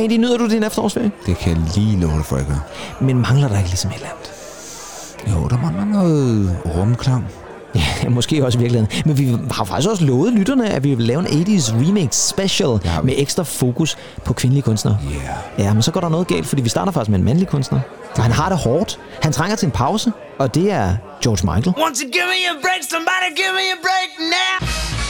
Andy, nyder du din efterårsferie? Det kan jeg lige love dig for, jeg gør. Men mangler der ikke ligesom et eller andet? Jo, der mangler noget rumklang. Ja, måske også i virkeligheden. Men vi har faktisk også lovet lytterne, at vi vil lave en 80's remix special med ekstra fokus på kvindelige kunstnere. Ja, men så går der noget galt, fordi vi starter faktisk med en mandlig kunstner. Og han har det hårdt. Han trænger til en pause, og det er George Michael. Won't you give me a break? Somebody give me a break now.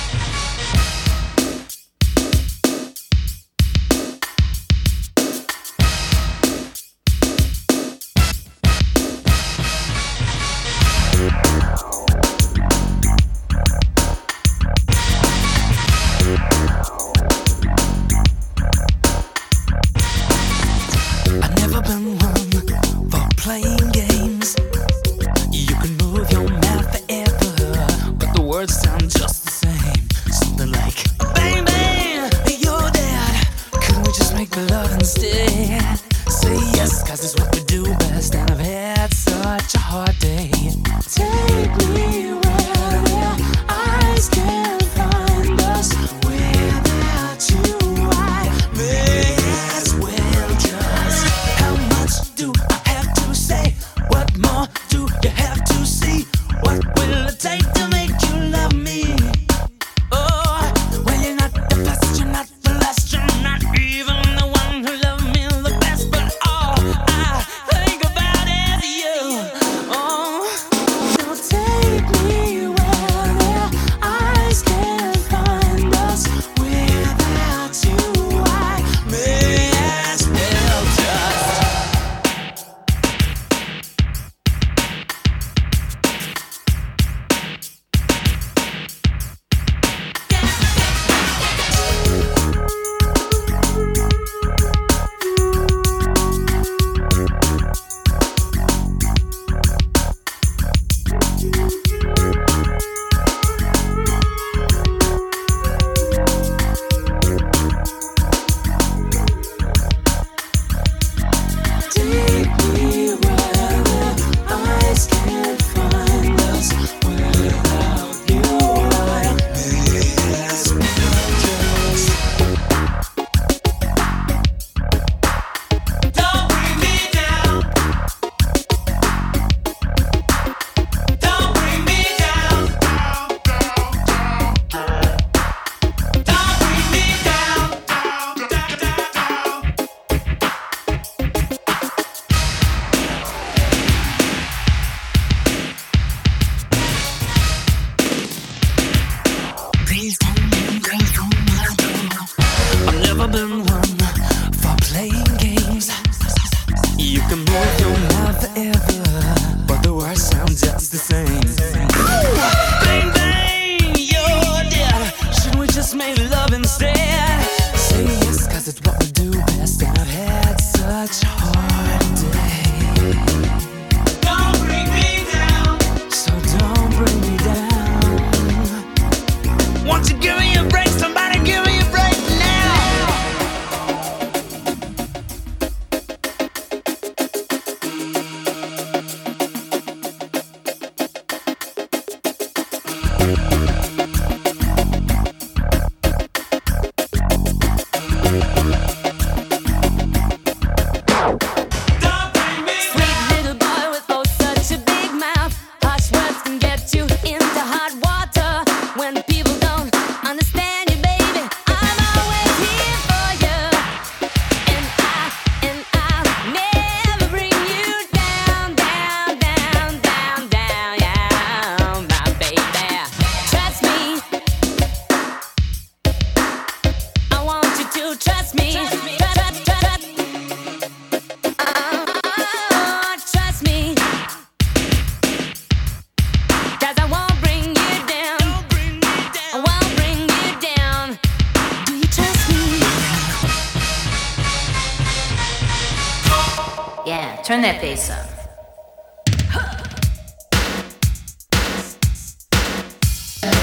Turn that bass up.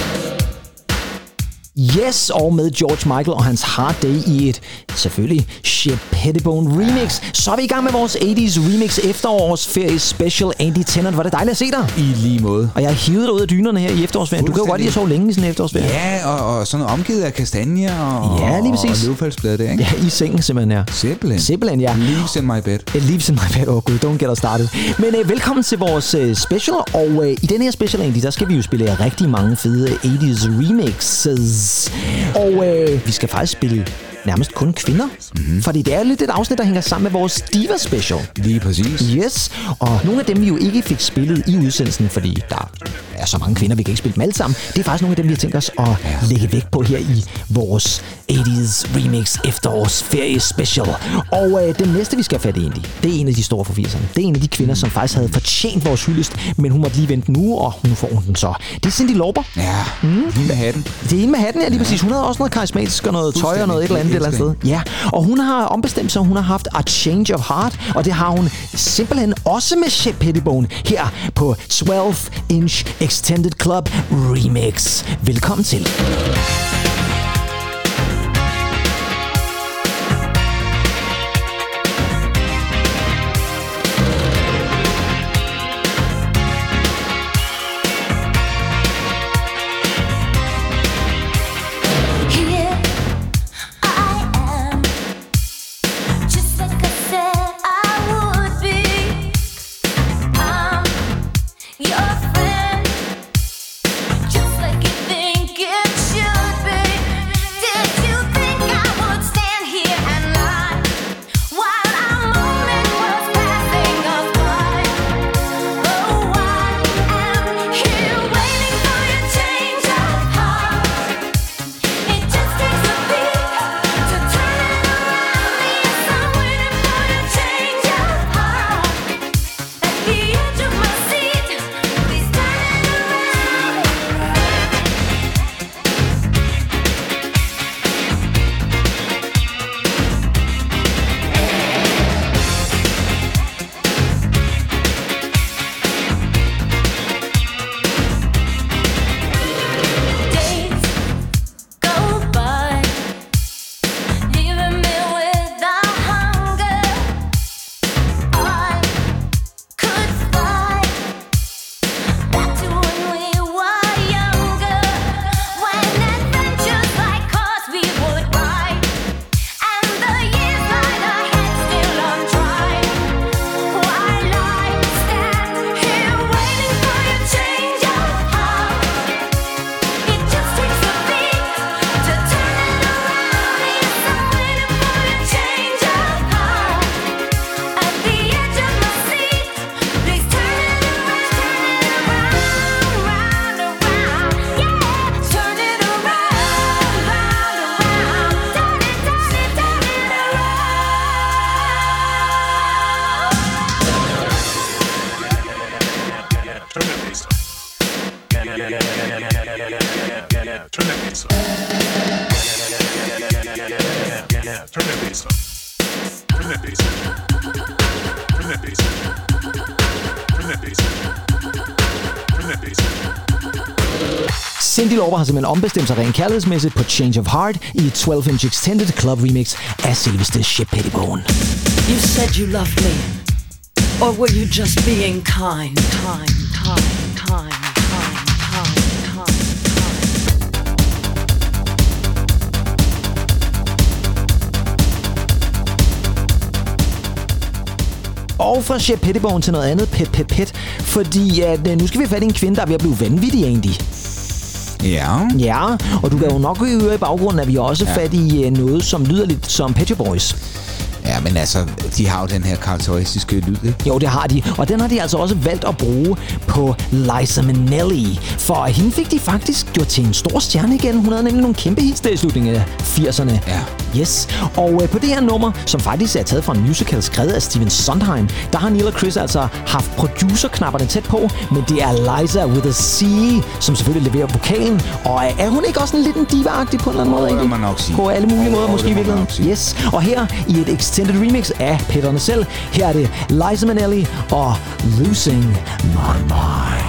Yes, og med George Michael og hans Hard Day i et selvfølgelig Shep Pettibone remix. Så er vi i gang med vores 80's remix efterårsferie special. Andy Tennant, var det dejligt at se dig. I lige måde. Og jeg har hivet dig ud af dynerne her i efterårsferien. Du kan jo godt lide at sove længe i sådan en efterårsferie. Ja, og sådan omgivet af kastanjer ja, lige præcis. Og løvfaldsblad der, ikke? Ja, i sengen simpelthen, ja. Simpelthen, ja. Leaves in my bed. Leaves in my bed. Gud, don't get us started. Men velkommen til vores special. Og i den her special, Andy, der skal vi jo spille rigtig mange fede 80's remixes. Og vi skal faktisk spille nærmest kun kvinder. Fordi det er lidt et afsnit, der hænger sammen med vores Diva Special. Lige præcis. Yes. Og nogle af dem, vi jo ikke fik spillet i udsendelsen, fordi der er så mange kvinder, vi kan ikke spille dem alle sammen. Det er faktisk nogle af dem, vi har tænkt os at lægge vægt på her i vores 80's Remix efterårsferie special. Og den næste, vi skal have fat i, Andy, det er en af de store fra 80'erne. Det er en af de kvinder, som faktisk havde fortjent vores hyldest, men hun måtte lige vente nu, og nu får hun den så. Det er Cyndi Lauper. Ja, hende med hatten. Det er hende med hatten, ja, lige præcis. Hun havde også noget karismatisk og noget tøj og noget et eller andet sted. Ja, og hun har ombestemt sig, hun har haft A Change of Heart, og det har hun simpelthen også med Shep Pettibone her på 12-inch Extended Club Remix. Velkommen til. Cyndi Lauper har simpelthen ombestemt sig rent kærlighedsmæssigt på Change of Heart i 12-inch Extended Club Remix af selveste Shep Pettibone. You said you loved me, or were you just being kind? Og fra Shep Pettibone til noget andet pet, fordi nu skal vi have fat i en kvinde, der er ved at blive vanvittig, Andy. Ja, og du kan jo nok høre i baggrunden, at vi også fat i noget, som lyder lidt som Pet Shop Boys. Ja, men altså, de har jo den her karakteristiske lyd, ikke? Jo, det har de. Og den har de altså også valgt at bruge på Liza Minnelli. For hende fik de faktisk gjort til en stor stjerne igen. Hun havde nemlig nogle kæmpe hits der i slutningen af 80'erne. Ja. Yes. Og på det her nummer, som faktisk er taget fra en musical skrevet af Stephen Sondheim, der har Neil og Chris altså haft producer-knapperne tæt på, men det er Liza with a C, som selvfølgelig leverer vokalen. Og er hun ikke også en lidt en diva-agtig på en eller anden måde? Det må man nok sige. På alle mulige måder måske i virkeligheden. Yes. Og her i et extended remix af Petterne selv, her er det Liza Minnelli og Losing My Mind.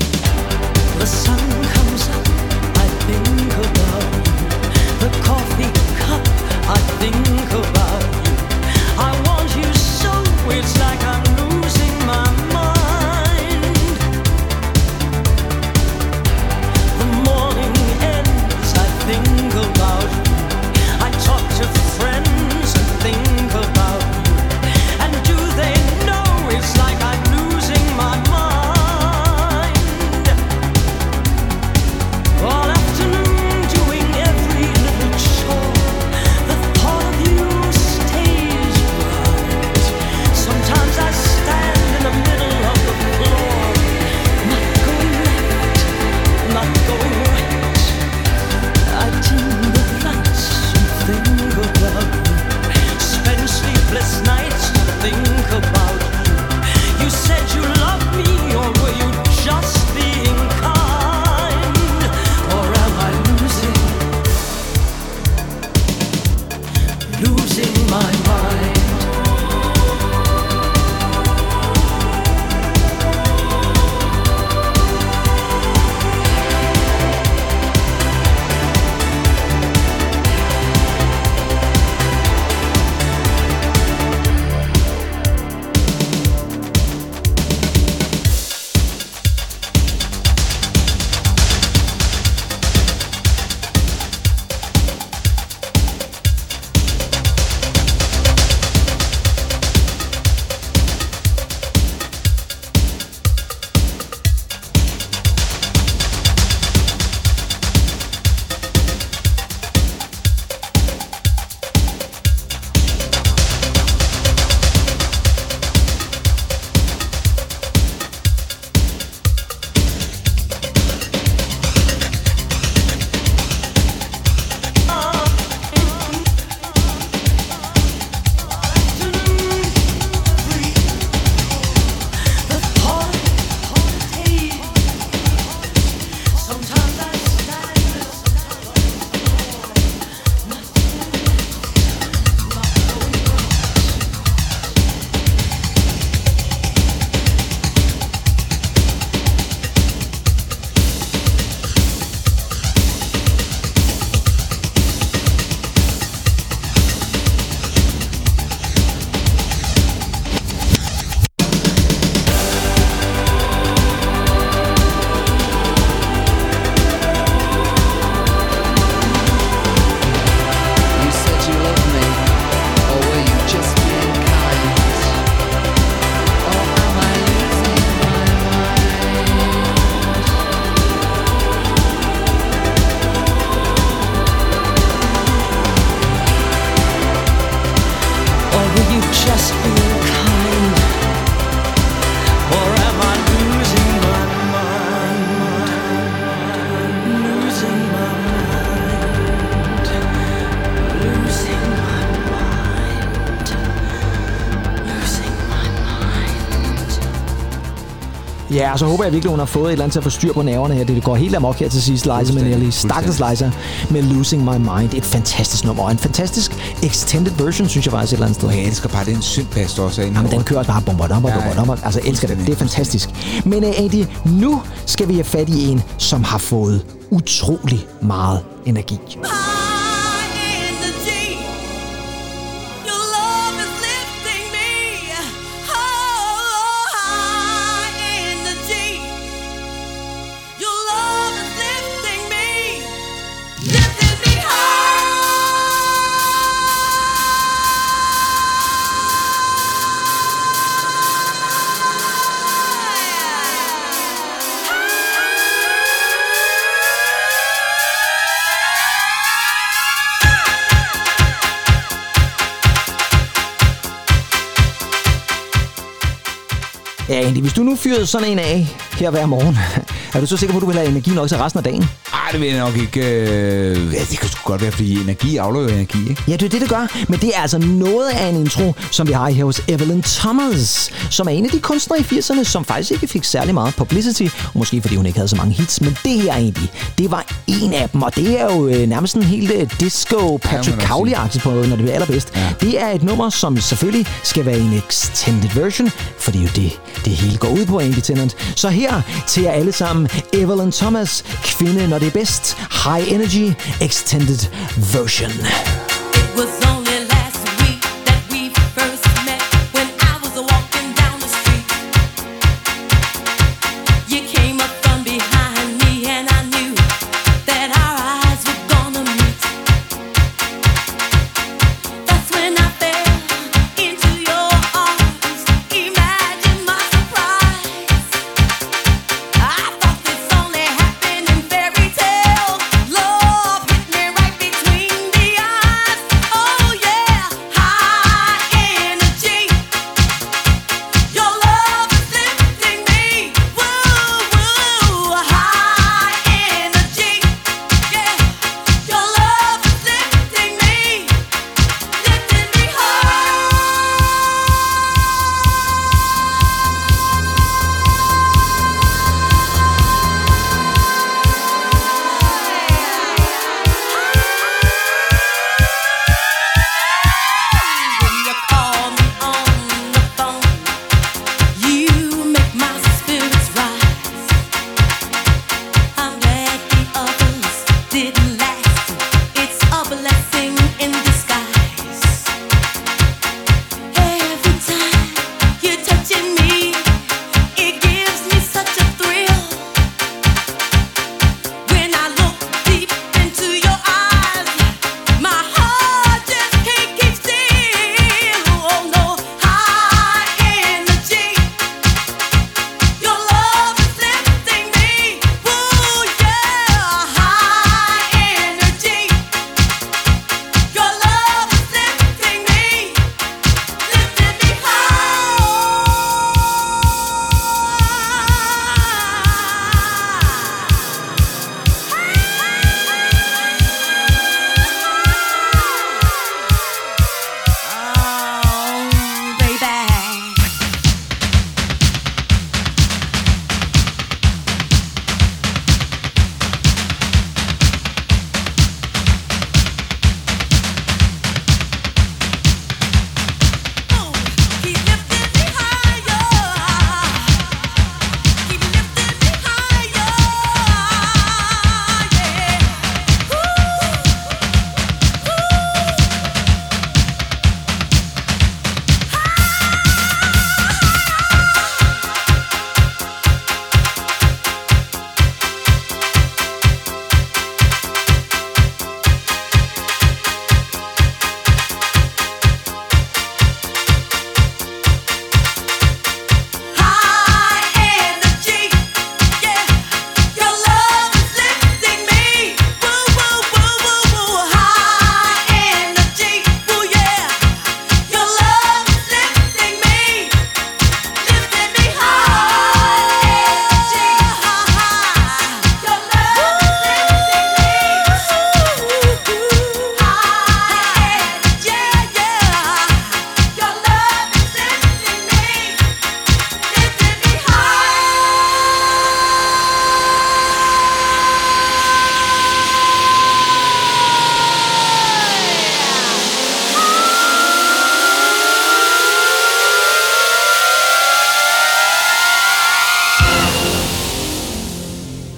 The sun comes up, I think about the coffee just being kind? Or am I losing my mind? Losing my mind. Losing my mind. Losing my mind. Ja, og så håber jeg virkelig, hun har fået et eller andet til at få styr på nerverne her. Det går helt amok her til sidst, Liza Minnelli. Stakkels Liza med Losing My Mind. Et fantastisk nummer, og en fantastisk extended version, synes jeg faktisk et eller andet sted. Jeg elsker bare den syntbass, der også er inde. Jamen, den kører også bare altså, jeg elsker det. Det er fantastisk. Men Andy, nu skal vi have fat i en, som har fået utrolig meget energi. Ja, Andy, hvis du nu fyrede sådan en af her hver morgen, er du så sikker på, at du vil have energi nok til resten af dagen? Nej, det vil jeg nok ikke. Ja, det kan sgu godt være, fordi energi afløber energi, ikke? Ja, det er det gør. Men det er altså noget af en intro, som vi har her hos Evelyn Thomas, som er en af de kunstnere i 80'erne, som faktisk ikke fik særlig meget publicity, og måske fordi hun ikke havde så mange hits. Men det her egentlig, det var en af dem, og det er jo nærmest en helt disco Patrick Cowley-agtigt på, når det er allerbedst. Ja. Det er et nummer, som selvfølgelig skal være en extended version, for det er jo det hele går ud på, Andy Tennant. Så her til jer alle sammen, Evelyn Thomas, kvinde, når det er bedst, High Energy Extended Version. It was only last week that we first met when I was walking down the street. You came up from behind me and I knew that our eyes were gonna meet. That's when I fell into your arms. Imagine my surprise. I thought this only happened in fairy tales. Love hit me right between the eyes.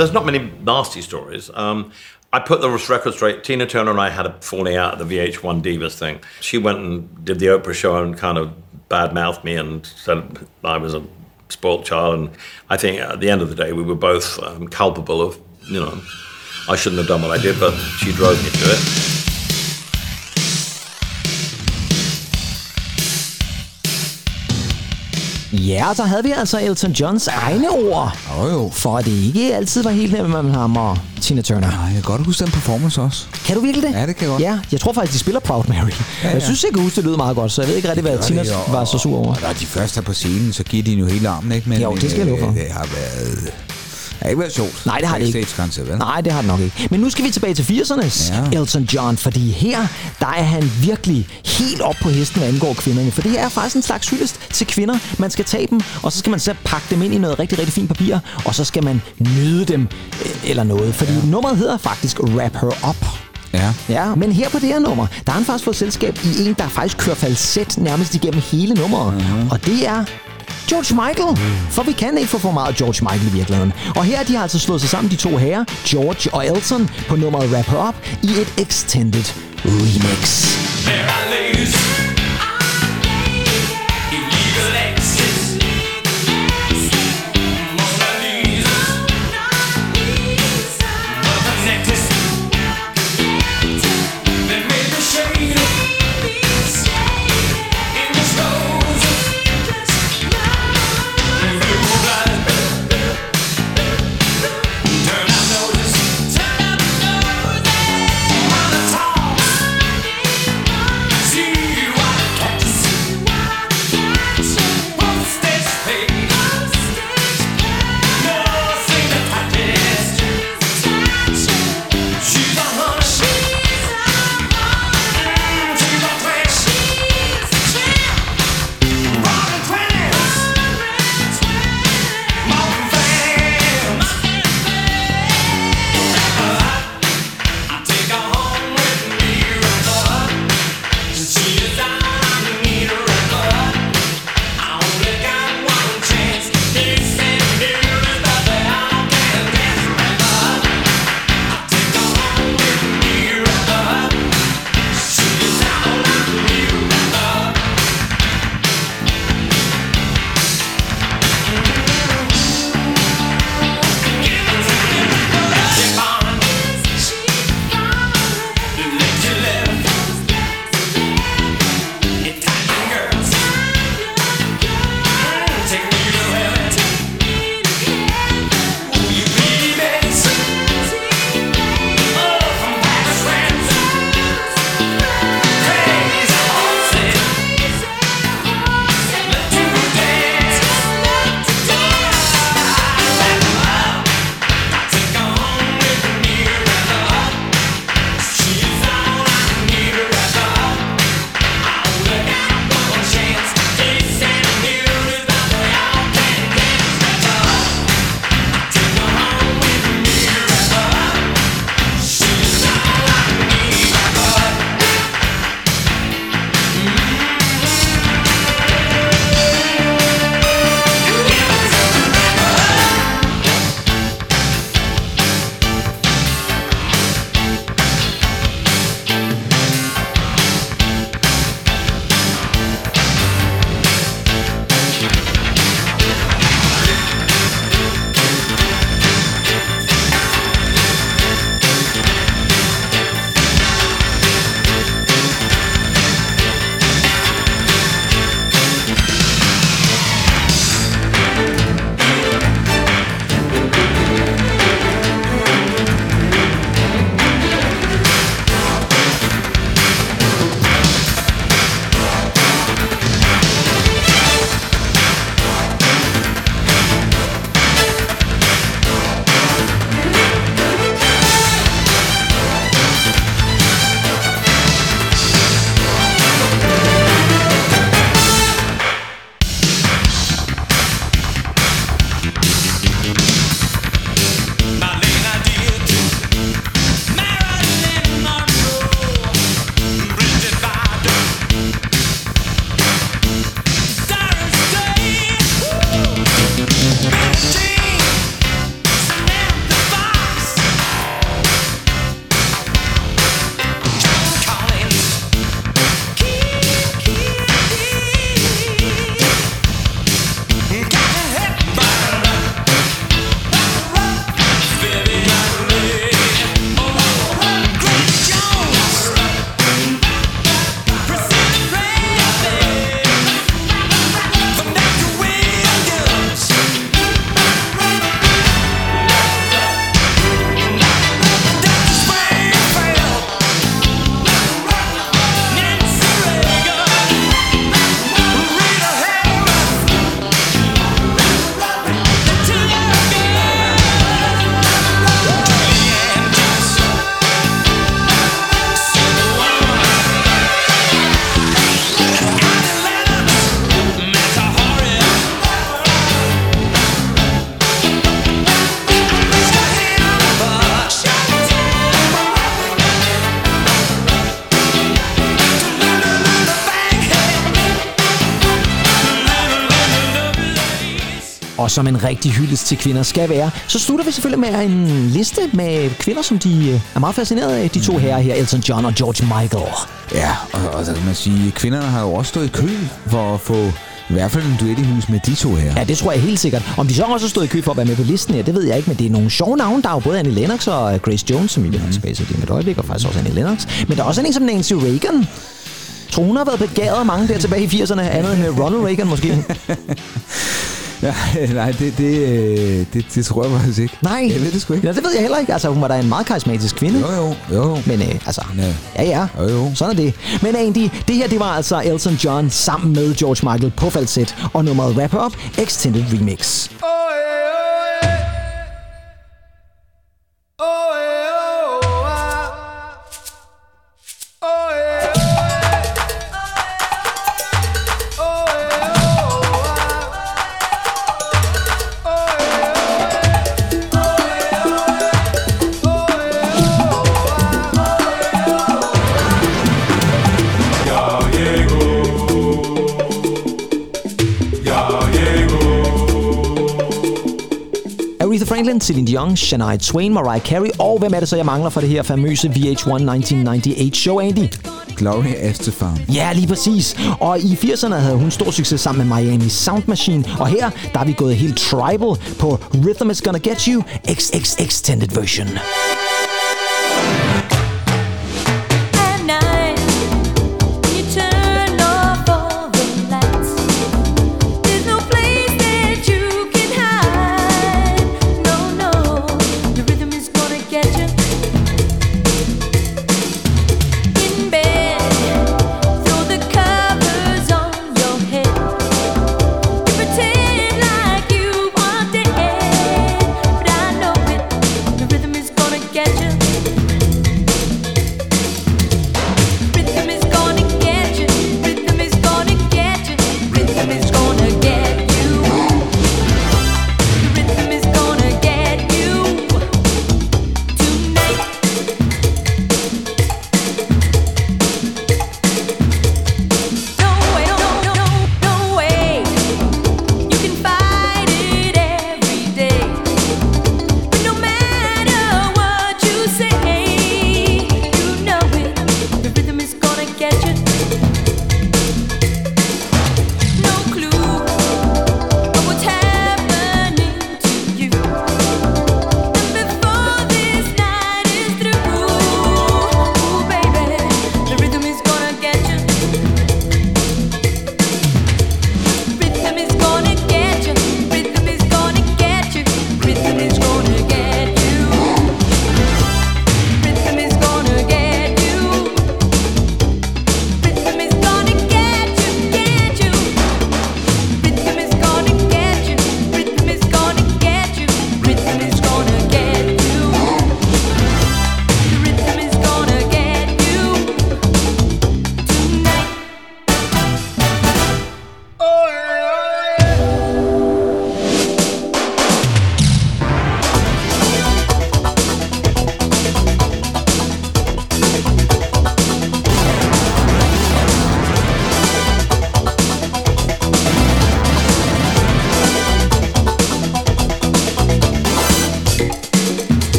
there's not many nasty stories. I put the record straight. Tina Turner and I had a falling out at the VH1 Divas thing. She went and did the Oprah show and kind of badmouthed me and said I was a spoiled child. And I think at the end of the day, we were both culpable of, I shouldn't have done what I did, but she drove me to it. Ja, og så havde vi altså Elton Johns egne ord. For at det ikke altid var helt nemt mellem ham og Tina Turner. Nej, jeg kan godt huske den performance også. Kan du virkelig det? Ja, det kan jeg godt. Ja, jeg tror faktisk, de spiller Proud Mary. Ja. Jeg synes, jeg kan huske, det lyder meget godt, så jeg ved ikke rigtig, hvad Tina var så sur over. Og når de først er på scenen, så giver de jo hele armen, ikke? Men, jo, det skal jeg love for. Det har været... Det har ikke været sjovt. Nej, det har det ikke. Nej, det har det nok ikke. Men nu skal vi tilbage til 80'ernes Elton John, fordi her, der er han virkelig helt op på hesten, hvad angår kvinderne. For det her er faktisk en slags hyldest til kvinder. Man skal tage dem, og så skal man så pakke dem ind i noget rigtig, rigtig fint papir, og så skal man nyde dem eller noget. Fordi nummeret hedder faktisk Wrap Her Up. Ja, men her på det her nummer, der har han faktisk fået selskab i en, der faktisk kører falset nærmest igennem hele nummeret. Og det er George Michael, for vi kan ikke få for meget George Michael i virkeligheden. Og her de har altså slået sig sammen, de to herrer, George og Elton, på nummeret Wrap Her Up i et extended remix. See you Og som en rigtig hyldest til kvinder skal være, så slutter vi selvfølgelig med en liste med kvinder, som de er meget fascineret af. De to herrer her, Elton John og George Michael. Ja, og så kan man sige, kvinderne har jo også stået i kø for at få i hvert fald en duet i hus med de to her. Ja, det tror jeg helt sikkert. Om de så også har stået i kø for at være med på listen her, det ved jeg ikke, men det er nogle sjove navne. Der er jo både Annie Lennox og Grace Jones, som vi vil have tilbage til et øjeblik, og faktisk også Annie Lennox. Men der er også en som Nancy Reagan. Jeg tror, hun har været begavet mange der tilbage i 80'erne, andet end Ronald Reagan måske. Ja, nej, det tror jeg faktisk ikke. Nej, jeg ved det sgu ikke. Ja, det ved jeg heller ikke. Altså, hun var da en meget karismatisk kvinde. Jo. Men altså, ja. Jo. Sådan er det. Men Andy, det her, det var altså Elton John sammen med George Michael på falset og nummeret Wrap Up Extended Remix. Aretha Franklin, Celine Dion, Shania Twain, Mariah Carey, og hvem er det så, jeg mangler for det her famøse VH1 1998 show, Andy? Gloria Estefan. Ja, lige præcis. Og i 80'erne havde hun stor succes sammen med Miami Sound Machine, og her, der er vi gået helt tribal på Rhythm Is Gonna Get You, XX Extended Version. Gonna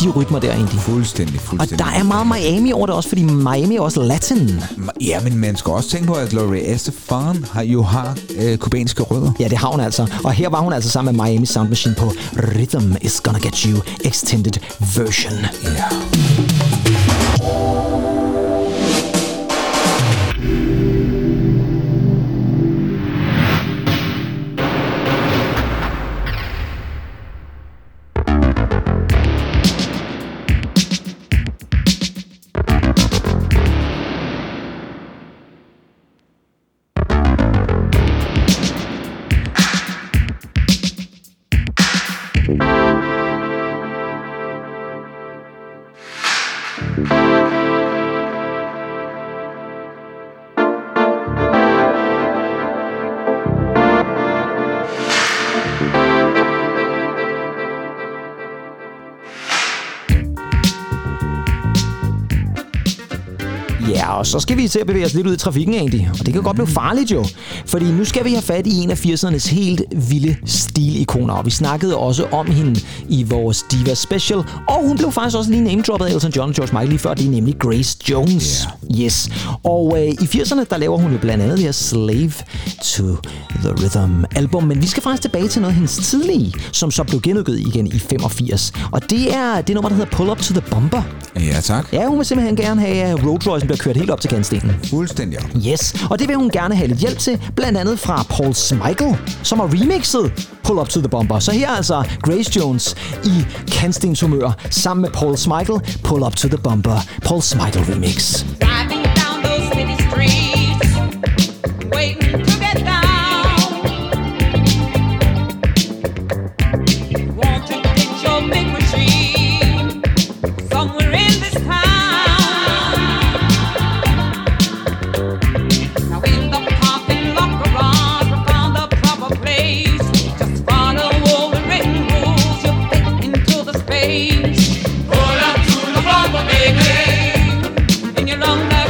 de rytmer der egentlig. Fuldstændig. Og der er meget Miami over det også, fordi Miami er også latin. Ja, men man skal også tænke på, at Gloria Estefan har kubanske rødder. Ja, det har hun altså. Og her var hun altså sammen med Miami Sound Machine på Rhythm is Gonna Get You Extended Version. Ja. Ja, og så skal vi til at bevæge os lidt ud i trafikken egentlig. Og det kan godt blive farligt jo. Fordi nu skal vi have fat i en af 80'ernes helt vilde stilikoner. Og vi snakkede også om hende i vores Diva Special. Og hun blev faktisk også lige name-droppet af Elton John og George Michael lige før. Det er nemlig Grace Jones. Yeah. Yes. Og i 80'erne, der laver hun jo blandt andet det her Slave to the Rhythm album. Men vi skal faktisk tilbage til noget af hendes tidlige, som så blev genudgivet igen i 85. Og det er det nummer, der hedder Pull Up to the Bumper. Ja, tak. Ja, hun vil simpelthen gerne have Rolls Royce bliver kørt helt op til kantstenen. Fuldstændig. Yes, og det vil hun gerne have lidt hjælp til, blandt andet fra Paul Smigel, som har remixet Pull Up to the Bumper. Så her er altså Grace Jones i kantstenshumør sammen med Paul Smigel, Pull Up to the Bumper, Paul Smigel remix. Driving down those city streets, waiting to get down. Want to get your big machine somewhere in this town. Now in the parking lot garage, we found a proper place. Just follow all the written rules, you fit into the space. Pull up to the bumper, baby. In your long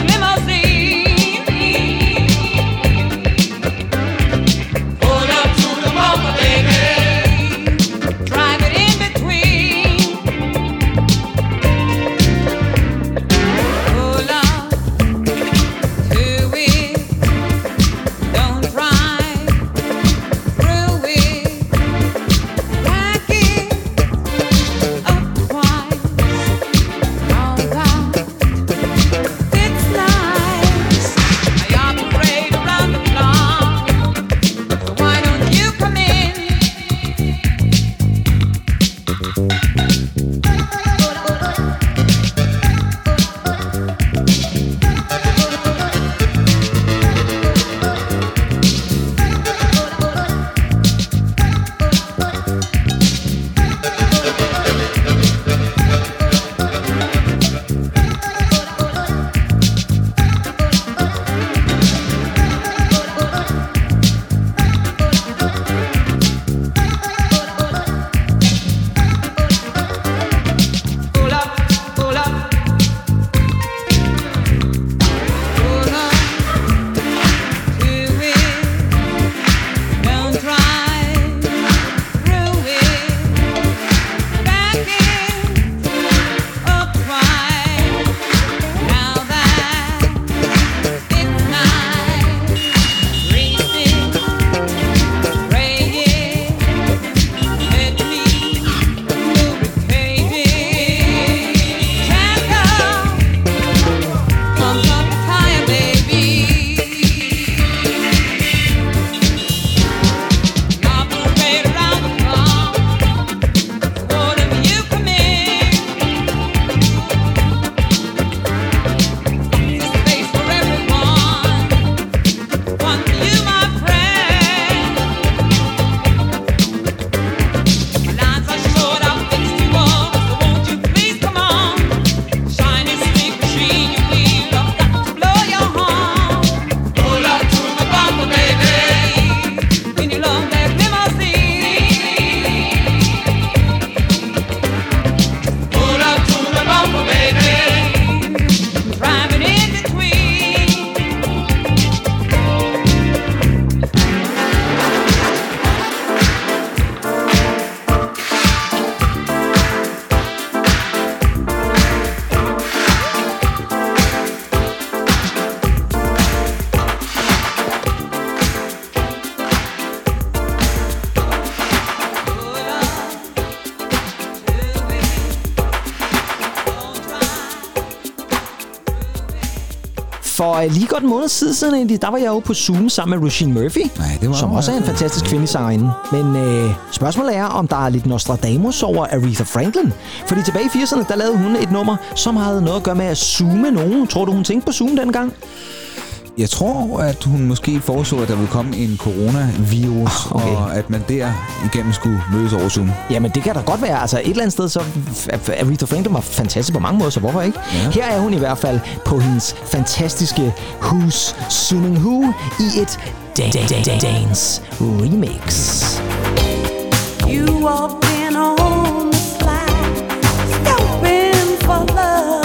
For lige godt en måned siden, der var jeg jo på Zoom sammen med Roisin Murphy, som også er en fantastisk kvindelig sangerinde. Men spørgsmålet er, om der er lidt Nostradamus over Aretha Franklin. Fordi tilbage i 80'erne, der lavede hun et nummer, som havde noget at gøre med at zoome nogen. Tror du, hun tænkte på Zoom dengang? Jeg tror, at hun måske foreså, at der ville komme en coronavirus, og at man der igennem skulle mødes over Zoom. Jamen, det kan da godt være. Altså, et eller andet sted, så Aretha Franklin var fantastisk på mange måder, så hvorfor ikke? Ja. Her er hun i hvert fald på hendes fantastiske Who's Zooming Who i et Dance remix. You walked in on the slide, stopping for love.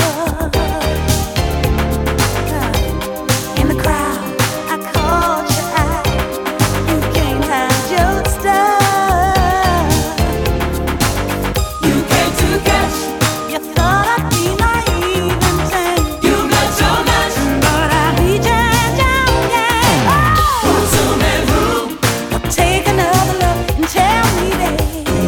In the crowd, I caught your eye. You can't hide your stuff. You came to catch. You thought I'd be naive and say you got so much, but I beat you down, yeah. Who's zooming who? Take another look and tell me that.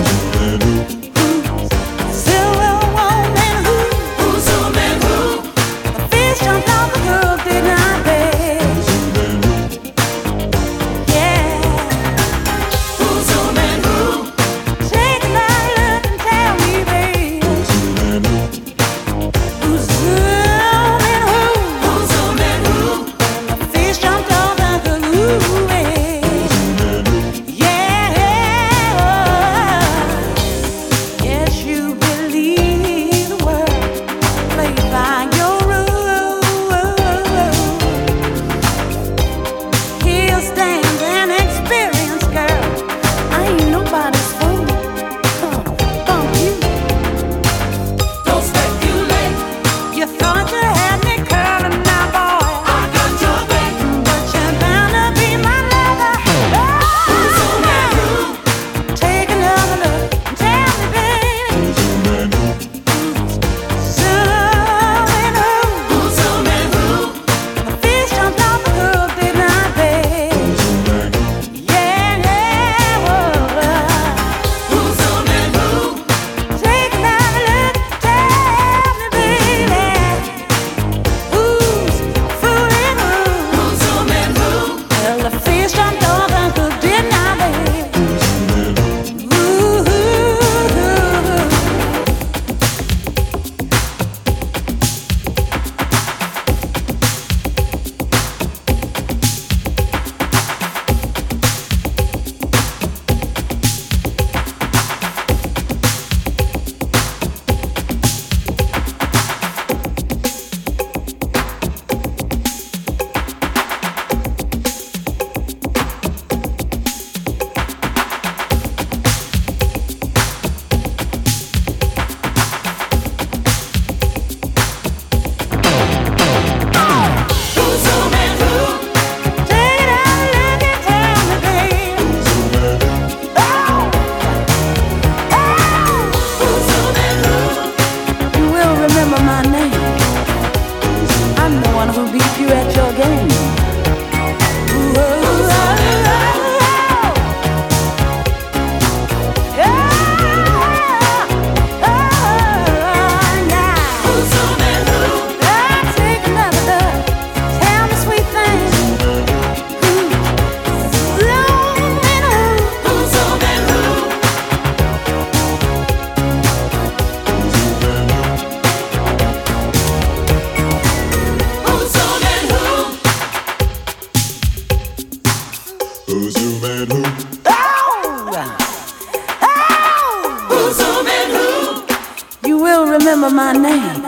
remember my name.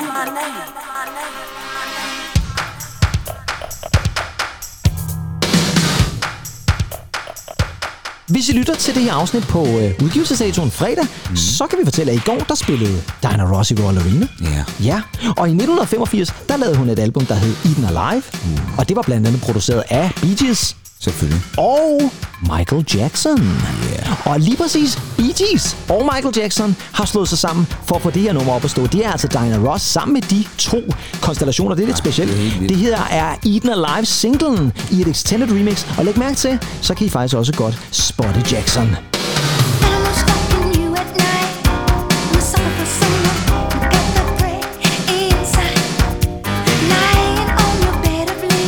Hvis I lytter til det her afsnit på udgivelsesdatoen fredag, så kan vi fortælle, at i går, der spillede Diana Ross i Royal Arena. Ja. Og i 1985, der lavede hun et album, der hed Eaten Alive. Og det var blandt andet produceret af Bee Gees. Selvfølgelig. Og Michael Jackson. Og lige præcis Bee Gees og Michael Jackson har slået sig sammen for at få det her nummer op at stå. Det er altså Diana Ross sammen med de to konstellationer. Det er lidt specielt. Det her er Eaten Alive singlen i et extended remix. Og læg mærke til, så kan I faktisk også godt spotte Jackson. Lying on your bed of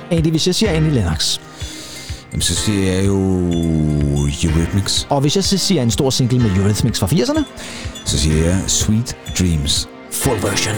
Andy, hvis jeg siger Annie Lennox. Jamen, så siger jeg jo Eurythmics. Og hvis jeg så siger en stor single med Eurythmics fra 80'erne. Så siger jeg Sweet Dreams. Full version.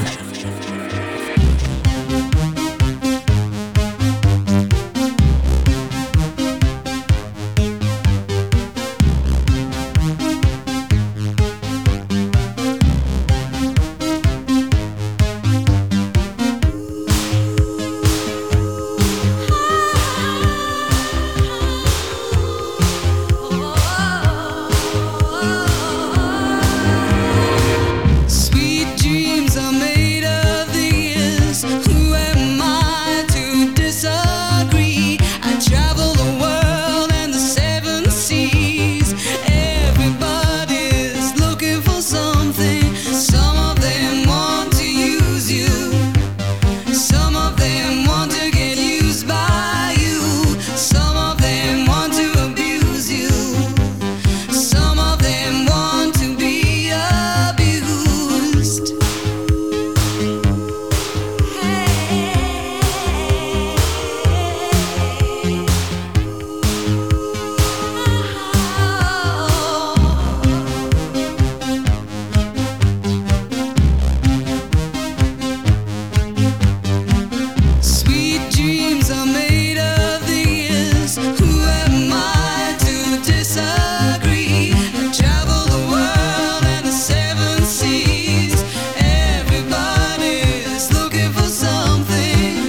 Sweet dreams are made of these. Who am I to disagree? I travel the world and the seven seas. Everybody's looking for something. Some of them want to use you. Some of them want to get used by you. Some of them want to abuse you. Some of them want to be abused. Sweet dreams are made of these. Who am I to disagree? I travel the world and the seven seas. Everybody's looking for something.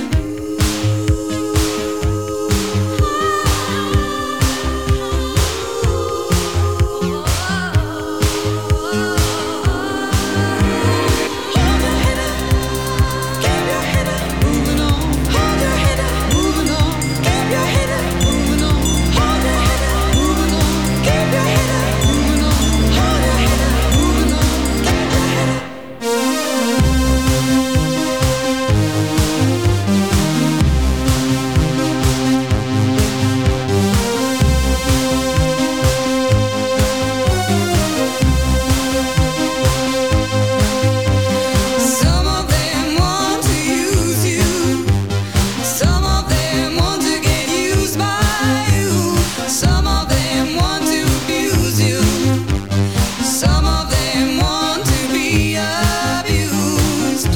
Hold your head up, keep your head up, moving on. Hold your head up, moving on. Keep your head up, moving on. Hold your head up, moving on. Keep your head up, moving on. Hold your head up, moving on. Keep your head up. Some of them want to use you. Some of them want to get used by you. Some of them want to abuse you. Some of them want to be abused.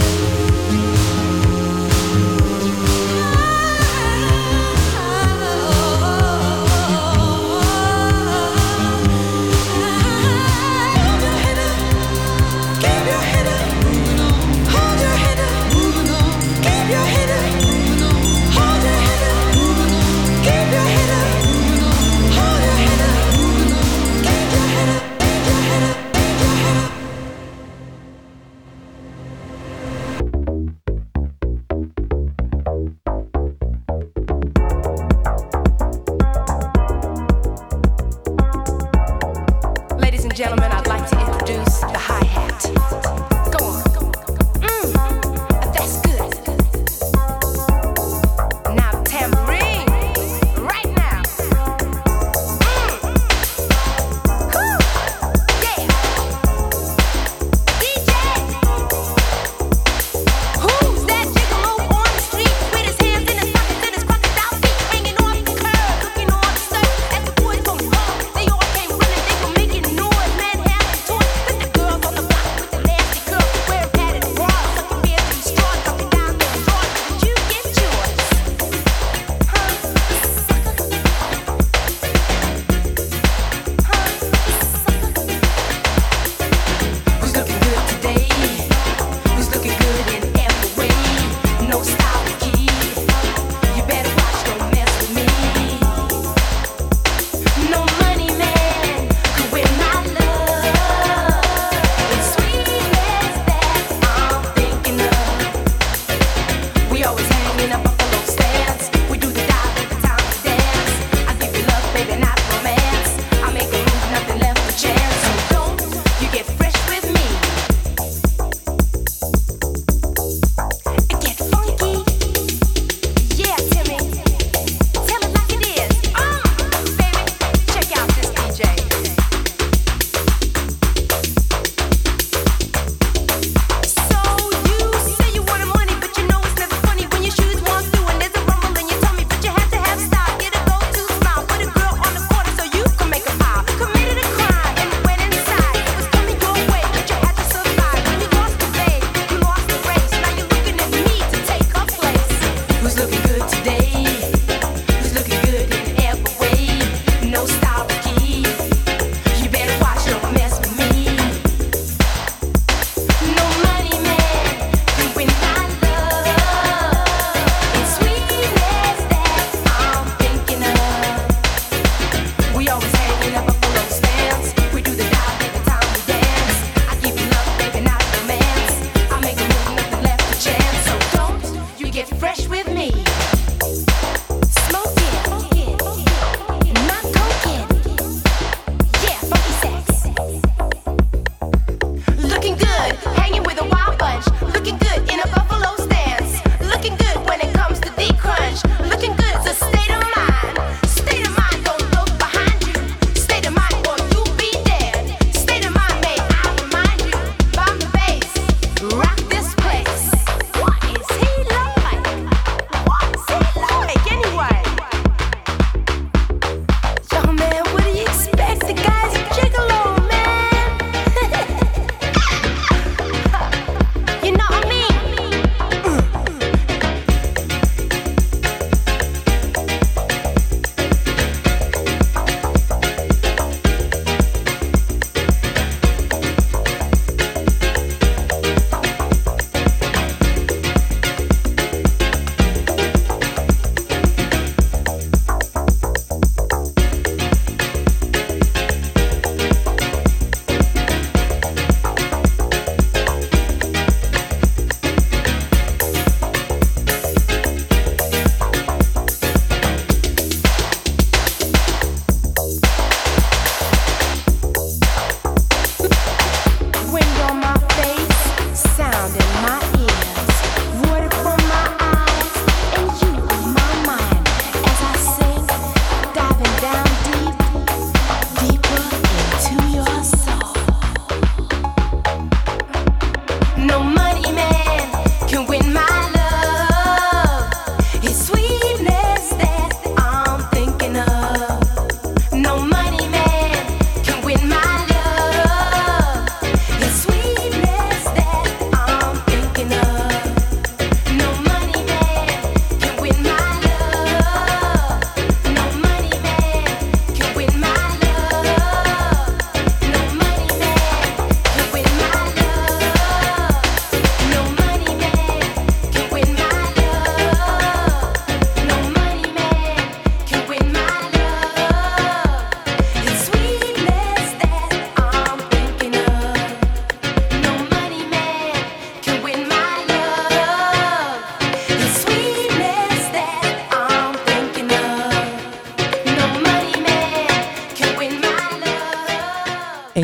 Hold your head up, keep your head up, moving on. Hold your head up, moving on. Keep your head up, moving on. Hold your head up, moving on. Keep your head up, moving on. Hold your head up, moving on. Keep your head up, keep your head up, keep your head up. Ladies and gentlemen, I'd like to introduce the hi-hat. Go on. That's good. Now tambourine. Right now. Whew. Yeah. DJ. Who's that gigolo on the street with his hands in his pockets and his crocodile feet hanging off the curb, looking on the surf at the boys from home. They all came running, they were making noise. Manhattan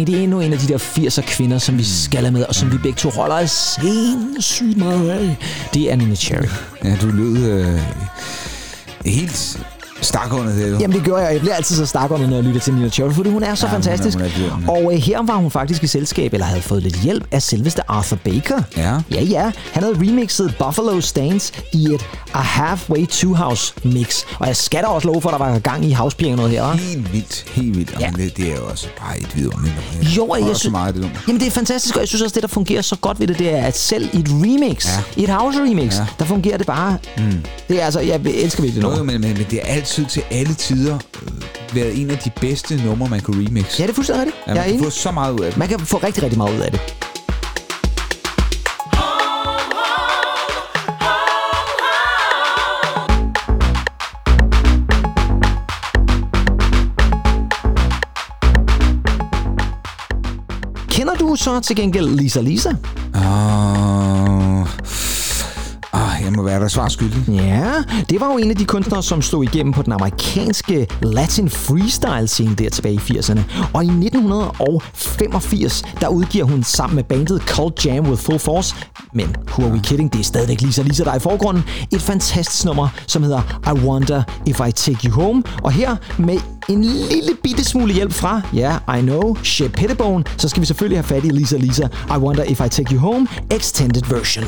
Jane, det er endnu en af de der 80'er kvinder, som vi skal have med, og som vi begge to holder sindssygt meget af. Det er Neneh Cherry. Ja, du lød helt stakåndet det. Jamen det gjorde jeg. Jeg bliver altid så stakåndet, når jeg lytter til Neneh Cherry, fordi hun er så fantastisk. Og her var hun faktisk i selskab, eller havde fået lidt hjælp af selveste Arthur Baker. Ja. Han havde remixet Buffalo Stance i et A Halfway to House mix. Og jeg skal da også love for, at der var gang i housepiano noget her, hva'? Helt vildt. Ja. Men det er jo også bare et vidunderligt. Jo, jeg synes, jamen det er fantastisk, og jeg synes også, det der fungerer så godt ved det er, at selv i et remix, i et house remix, der fungerer det bare. Det er altså, jeg elsker virkelig noget. Men det er altid til alle tider været en af de bedste numre, man kan remix. Ja, det er fuldstændig rigtigt. Ja, man kan få så meget ud af det. Man kan få rigtig, rigtig meget ud af det. Kender du så til gengæld Lisa? Jeg må være der svar skyldig. Ja, det var jo en af de kunstnere, som slog igennem på den amerikanske Latin freestyle-scene der tilbage i 80'erne. Og i 1985, der udgiver hun sammen med bandet Cult Jam with Full Force. Men who are we kidding? Det er stadigvæk Lisa, der er i forgrunden. Et fantastisk nummer, som hedder I Wonder If I Take You Home. Og her med en lille bitte smule hjælp fra, I know, Shep Pettibone, så skal vi selvfølgelig have fat i Lisa. I Wonder If I Take You Home, extended version.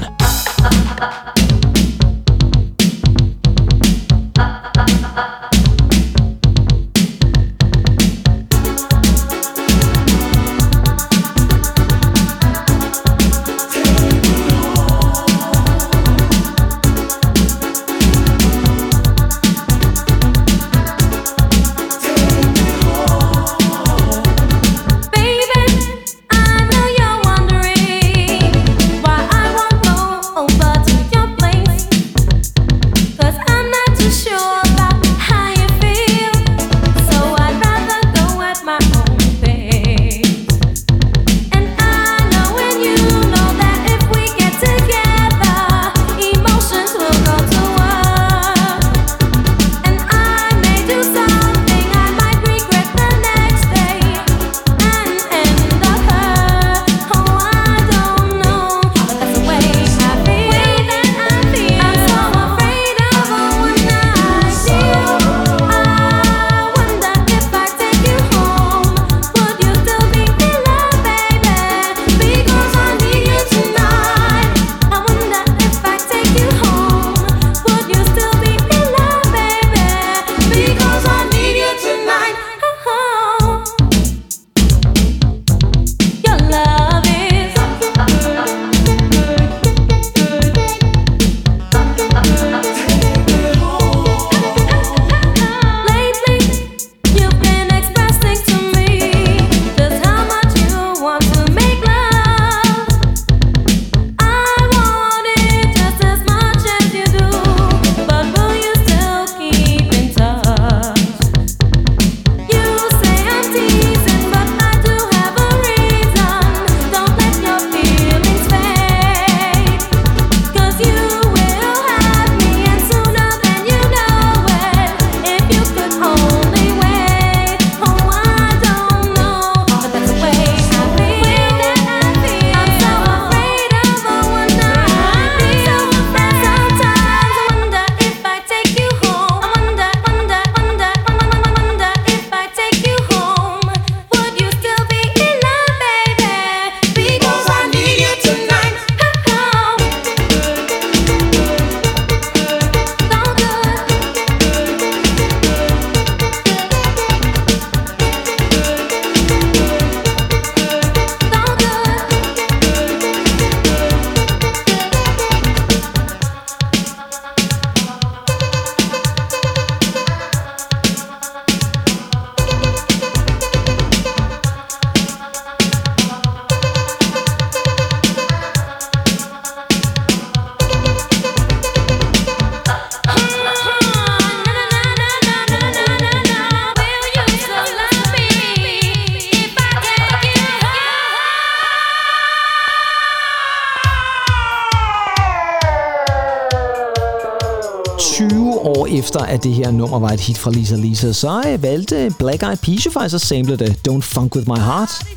Efter at det her nummer var et hit fra Lisa, så valgte Black Eyed Peas faktisk at sample det, Don't Funk With My Heart.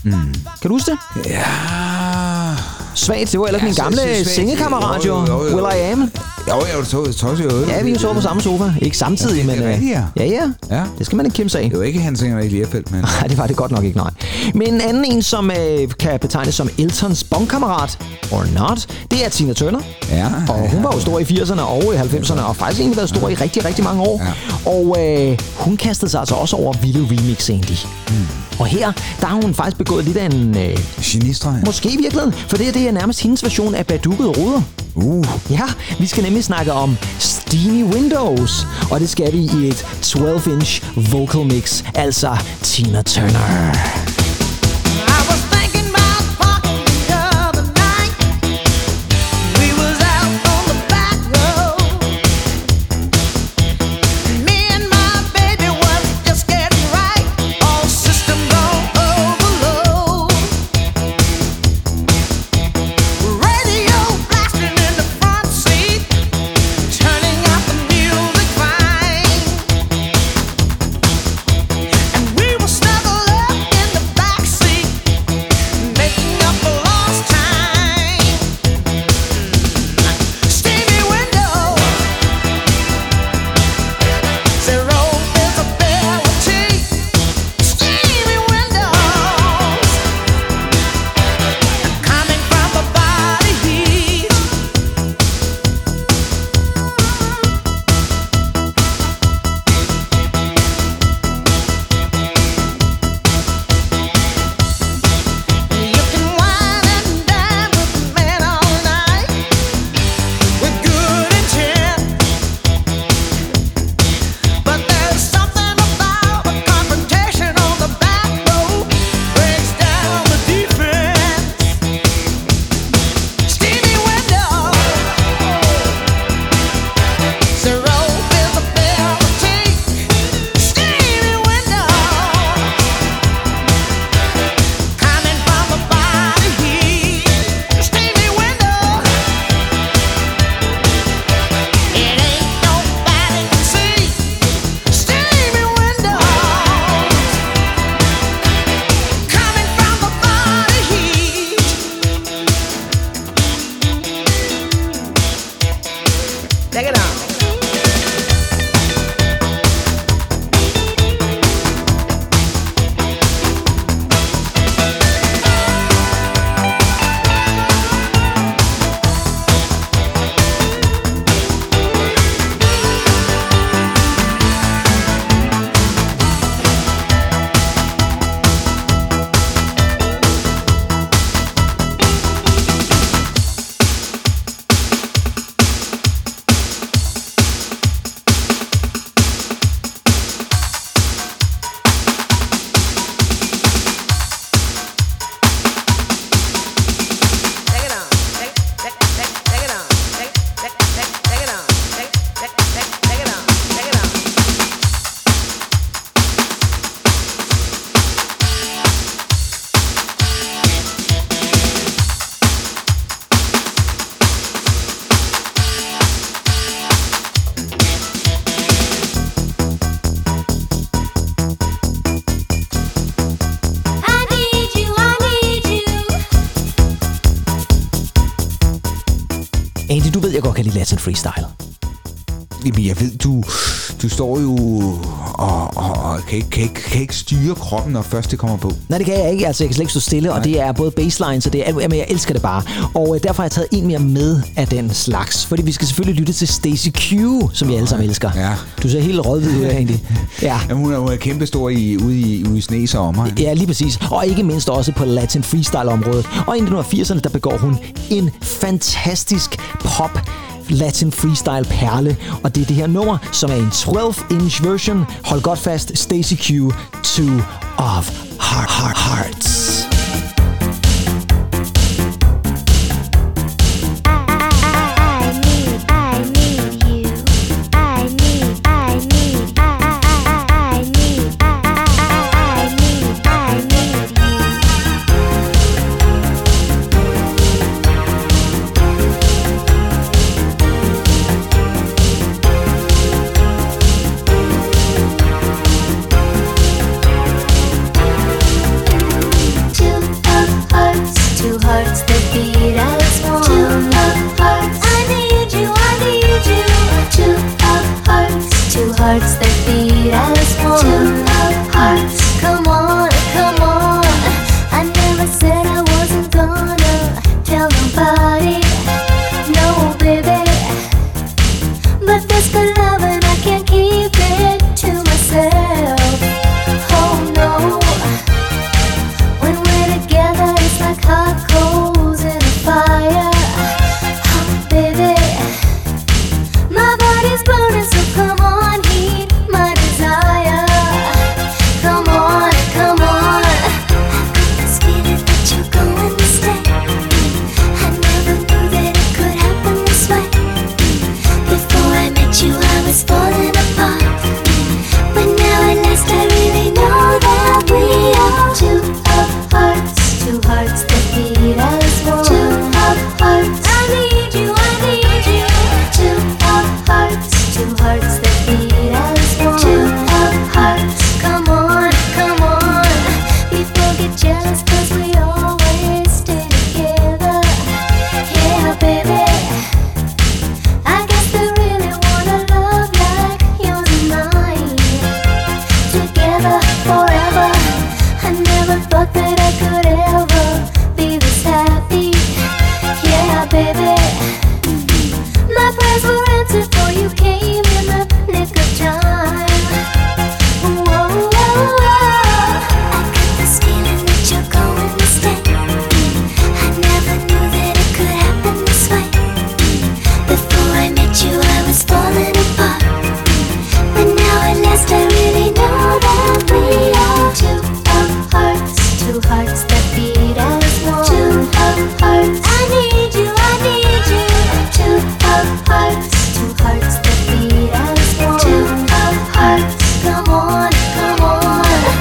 Kan du huske det? Ja. Svagt, det var ellers min gamle sengekammerat, jo. Will I Am. Jo, Ja, vi så på samme sofa. Ikke samtidig, men... Ja. Det skal man ikke kæmpe sig af. Det var ikke Hans Henrik Lerfeldt, men... Nej, det var det godt nok ikke, nej. Men en anden en, som kan betegnes som Eltons bondkammerat, or not, det er Tina Turner. Ja. Og hun var jo stor i 80'erne og i 90'erne, og faktisk egentlig været stor i rigtig, rigtig mange år. Ja. Og hun kastede sig altså også over vilde remix, egentlig. Og her, der har hun faktisk begået lidt af en... Genistreg. Måske i virkeligheden, for det er nærmest hendes version af Badukkede ruder. Ja, vi skal nemlig snakke om Steamy Windows, og det skal vi i et 12-inch vocal mix, altså Tina Turner. I was thinking about parking the other night. We was out on the back road. Me and my baby was just getting right. All system on overload. Radio blasting in the front seat, turning up the music fine. And we were snuggled up in the back seat, making up for lost time. Steamy windows, zero visibility. Steamy windows, coming from the body heat. You can wine and dine with the man all night, with good intent. But there's something about a confrontation on the back road, breaks down the defense. Steamy windows, zero visibility. Steamy windows, coming from the body heat. Steamy windows, it ain't nobody can see. Steamy windows, coming from the body heat. Take it on. Take it on. Take it on. Take it on. Take it on. Take it on. I need you, I need you. Andy, du ved, jeg godt kan lide Latin freestyle. Jamen, jeg ved, du står jo og kan ikke styre kroppen, når først det kommer på. Nej, det kan jeg ikke. Altså, jeg kan slet ikke stå stille, og det er både baseline, så det er alt. Jamen, jeg elsker det bare. Og derfor har jeg taget en mere med af den slags. Fordi vi skal selvfølgelig lytte til Stacy Q, som vi alle sammen elsker. Ja. Du ser helt rødhvid ud af, Andy. Ja. Jamen, hun er kæmpestor ude i snes og omegn. Ja, lige præcis. Og ikke mindst også på Latin freestyle-området. Og i 1980'erne, der begår hun en fantastisk pop Latin freestyle perle, og det er det her nummer, som er en 12-inch version. Hold godt fast, Stacy Q, 2 of Hearts. I hearts that beat as one. Two hearts. Come on, come on. I never said I wasn't gonna tell nobody. No, baby. But this good love and I can't keep it to myself. Oh no. When we're together it's like hot coals in a fire. Oh baby. My body's burning, so come on, heat my desire. Come on, come on. I've got this feeling that you're going to stay. I never knew that it could happen this way. Before I met you I was falling apart, but now at last I really know that we are two hearts that beat as one. Two hearts. I need you, I need you. Two hearts that beat as one. Two hearts. Come on, come on. People get jealous 'cause we always stay together. Yeah, baby. I guess they really want a love like yours and mine. Together forever. I never thought that I could ever be this happy. Yeah, baby. My prayers were answered for you came in the nick of time. Whoa, whoa, whoa. I got this feeling that you're going to stay. I never knew that it could happen this way. Before I met you I was falling apart, but now at last I really know that we are two hearts that beat as one. Two hearts. I need you, I need you. Two hearts that beat as one. Two hearts. Come on, come on.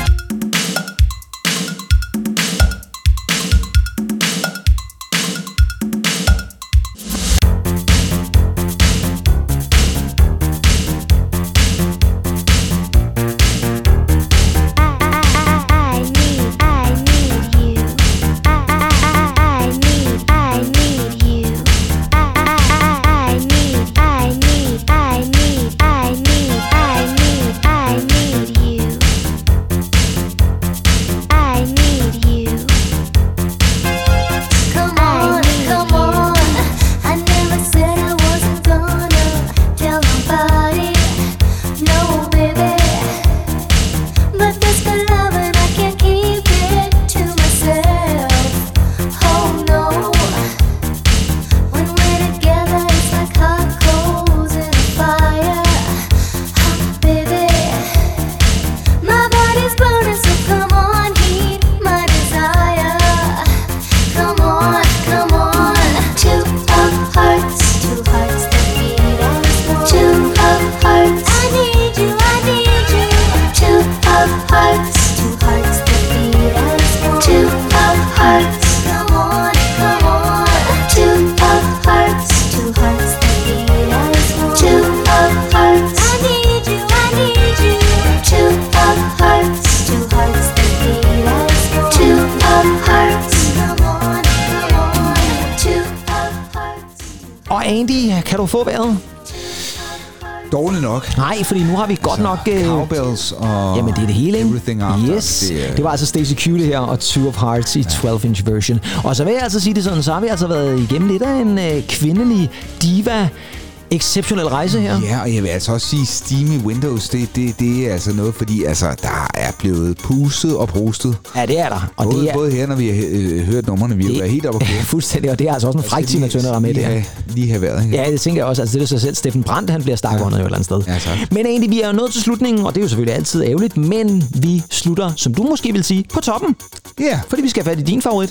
Come on, come on. I never said I wasn't gonna tell nobody. No, baby. But this good love and I can't keep it to myself. Oh no. When we're together it's like hot coals in a fire. Oh baby. My body's burning, so come on, heat my desire. Come on, come on. Two hearts that beat as one. Two hearts. I need you, I need you. Two hearts that beat as one. Two hearts. Come on, come on. Two hearts that beat as one. Two hearts. I need you, I need you. Two hearts that beat as one. Two hearts. Come on, come on. Two hearts. Og Andy, kan du få vejret? Dårligt nok. Nej, fordi nu har vi godt nok... Cowbells og Jamen, det er det hele, ikke? Everything After. Yes. Det var altså Stacey Q det her, og Two of Hearts i 12-inch version. Og så vil jeg altså sige det sådan, så har vi altså været igennem lidt af en kvindelig diva exceptionel rejse her. Ja, og jeg vil altså også sige, Steamy Windows, det er altså noget, fordi altså, der er blevet pustet og brustet. Ja, det er der. Og både, det er, både her, når vi har hørt numrene, vi har været helt oppe at køre. Fuldstændig, og det er altså også en fræk Tina Turner, der er med der. Lige have været, ikke? Ja, det tænker jeg også. Altså, det er så selv Steffen Brandt, han bliver stakket under et eller andet sted. Ja, tak. Men egentlig, vi er jo nået til slutningen, og det er jo selvfølgelig altid ærgerligt, men vi slutter, som du måske vil sige, på toppen. Ja. Yeah. Fordi vi skal have fat i din favorit.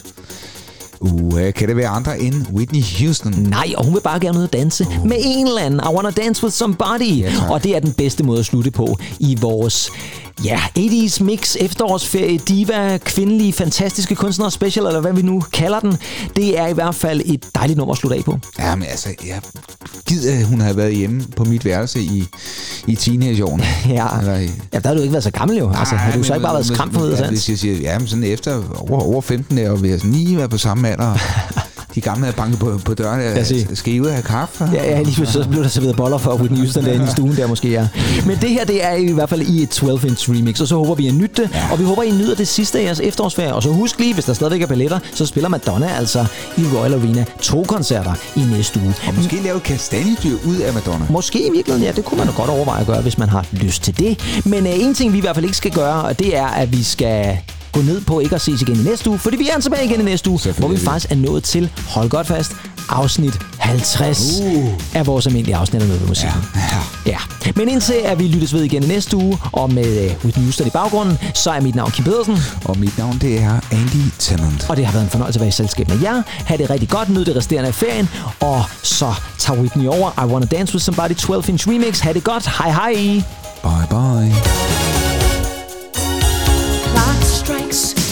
Kan det være andre end Whitney Houston? Nej, og hun vil bare gerne ud og danse med en eller anden. I wanna dance with somebody. Ja, og det er den bedste måde at slutte på i vores 80's mix, efterårsferie, diva, kvindelige, fantastiske kunstnere special, eller hvad vi nu kalder den. Det er i hvert fald et dejligt nummer at slutte af på. Ja, men altså, jeg gider, hun har været hjemme på mit værelse i teenageårene. Ja, der har du ikke været så gammel jo. Altså, har du så ikke bare været skræmt for hvis jeg siger, men sådan efter over 15 år, og vi har sådan lige været på samme alder. de gamle havde banket på døren. Skal I ud have kaffe? Ja, lige pludselig så blev der serveret boller for Whitney Houston derinde i stuen der måske, ja. Men det her, det er i hvert fald i et 12-inch remix, og så håber vi, at I nyder det, og vi håber, I nyder det sidste af jeres efterårsferie. Og så husk lige, hvis der stadigvæk er billetter, så spiller Madonna altså i Royal Arena 2 koncerter i næste uge. Og måske lave kastanjedyr ud af Madonna. Måske i virkeligheden, ja, det kunne man jo godt overveje at gøre, hvis man har lyst til det. Men en ting, vi i hvert fald ikke skal gøre, og det er, at vi skal gå ned på ikke at ses igen i næste uge, fordi vi er tilbage igen i næste uge, hvor vi faktisk er nået til, hold godt fast, afsnit 50 af vores almindelige afsnit af Noget Musikken. Ja. Men indtil at vi lyttes ved igen i næste uge, og med Whitney Houston i baggrunden, så er mit navn Kim Pedersen. Og mit navn, det er Andy Tennant. Og det har været en fornøjelse at være i selskab med jer. Ha' det rigtig godt, nyd det resterende af ferien, og så tager Whitney over I Wanna Dance With Somebody 12-inch remix. Ha' det godt, hej. Bye bye. Clock strikes